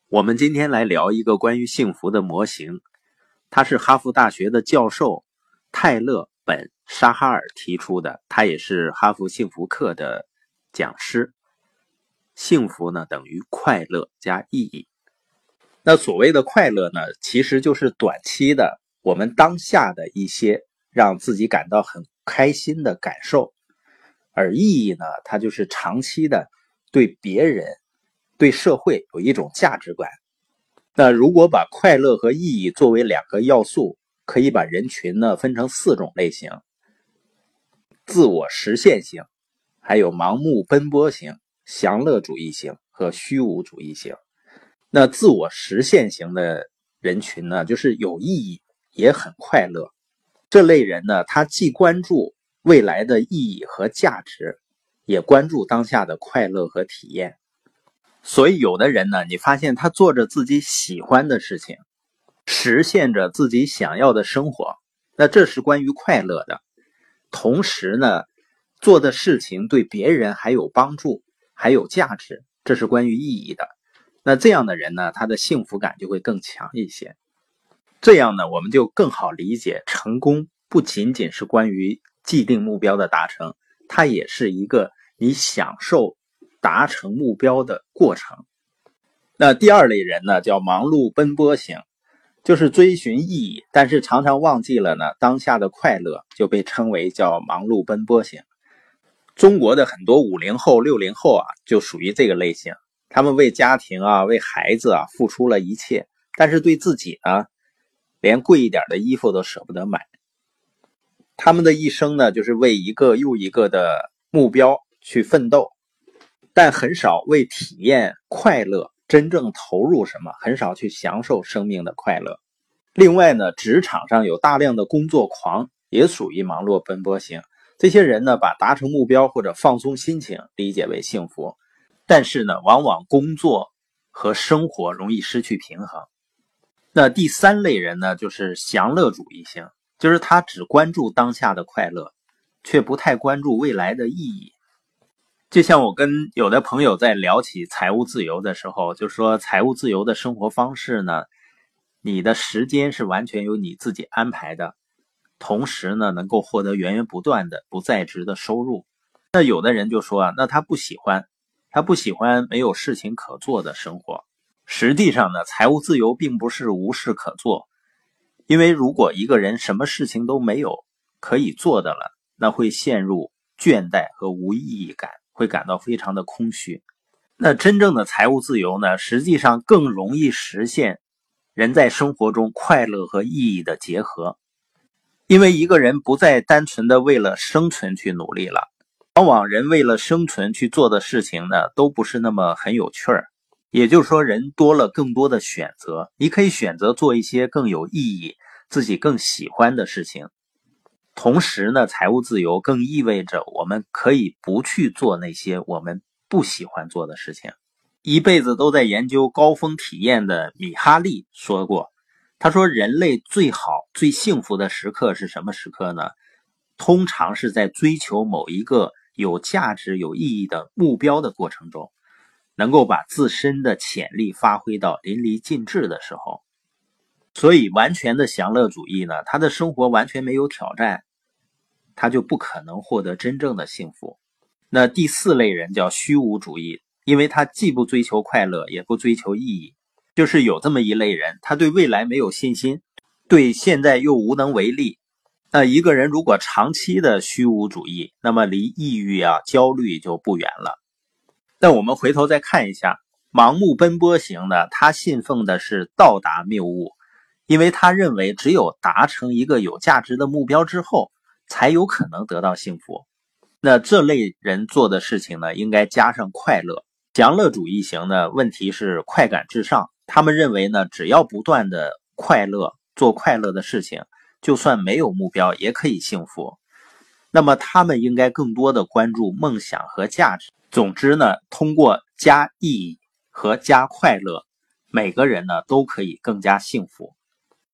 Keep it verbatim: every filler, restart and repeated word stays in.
我们今天来聊一个关于幸福的模型，它是哈佛大学的教授泰勒·本·沙哈尔提出的，他也是哈佛幸福课的讲师。幸福呢等于快乐加意义。那所谓的快乐呢，其实就是短期的我们当下的一些让自己感到很开心的感受，而意义呢，它就是长期的对别人对社会有一种价值观。那如果把快乐和意义作为两个要素，可以把人群呢分成四种类型：自我实现型，还有盲目奔波型、享乐主义型和虚无主义型。那自我实现型的人群呢，就是有意义也很快乐。这类人呢，他既关注未来的意义和价值，也关注当下的快乐和体验。所以有的人呢，你发现他做着自己喜欢的事情，实现着自己想要的生活，那这是关于快乐的。同时呢，做的事情对别人还有帮助，还有价值，这是关于意义的。那这样的人呢，他的幸福感就会更强一些。这样呢，我们就更好理解，成功不仅仅是关于既定目标的达成，它也是一个你享受达成目标的过程。那第二类人呢，叫忙碌奔波型，就是追寻意义，但是常常忘记了呢当下的快乐，就被称为叫忙碌奔波型。中国的很多五零后、六零后啊，就属于这个类型。他们为家庭啊、为孩子啊付出了一切，但是对自己呢，连贵一点的衣服都舍不得买。他们的一生呢，就是为一个又一个的目标去奋斗，但很少为体验快乐真正投入什么，很少去享受生命的快乐。另外呢，职场上有大量的工作狂，也属于忙碌奔波型。这些人呢，把达成目标或者放松心情理解为幸福，但是呢，往往工作和生活容易失去平衡。那第三类人呢，就是享乐主义型，就是他只关注当下的快乐，却不太关注未来的意义。就像我跟有的朋友在聊起财务自由的时候，就说财务自由的生活方式呢，你的时间是完全由你自己安排的，同时呢，能够获得源源不断的不在职的收入。那有的人就说啊，那他不喜欢他不喜欢没有事情可做的生活。实际上呢，财务自由并不是无事可做，因为如果一个人什么事情都没有可以做的了，那会陷入倦怠和无意义感，会感到非常的空虚。那真正的财务自由呢，实际上更容易实现人在生活中快乐和意义的结合。因为一个人不再单纯的为了生存去努力了，往往人为了生存去做的事情呢，都不是那么很有趣儿。也就是说，人多了更多的选择，你可以选择做一些更有意义、自己更喜欢的事情。同时呢，财务自由更意味着我们可以不去做那些我们不喜欢做的事情。一辈子都在研究高峰体验的米哈利说过，他说人类最好、最幸福的时刻是什么时刻呢？通常是在追求某一个有价值、有意义的目标的过程中，能够把自身的潜力发挥到淋漓尽致的时候。所以完全的享乐主义呢，他的生活完全没有挑战，他就不可能获得真正的幸福。那第四类人叫虚无主义，因为他既不追求快乐，也不追求意义。就是有这么一类人，他对未来没有信心，对现在又无能为力。那一个人如果长期的虚无主义，那么离抑郁啊、焦虑就不远了。那我们回头再看一下，盲目奔波型呢，他信奉的是到达谬误，因为他认为只有达成一个有价值的目标之后，才有可能得到幸福。那这类人做的事情呢，应该加上快乐。享乐主义型呢，问题是快感至上，他们认为呢，只要不断的快乐，做快乐的事情，就算没有目标也可以幸福。那么他们应该更多的关注梦想和价值。总之呢，通过加意义和加快乐，每个人呢都可以更加幸福。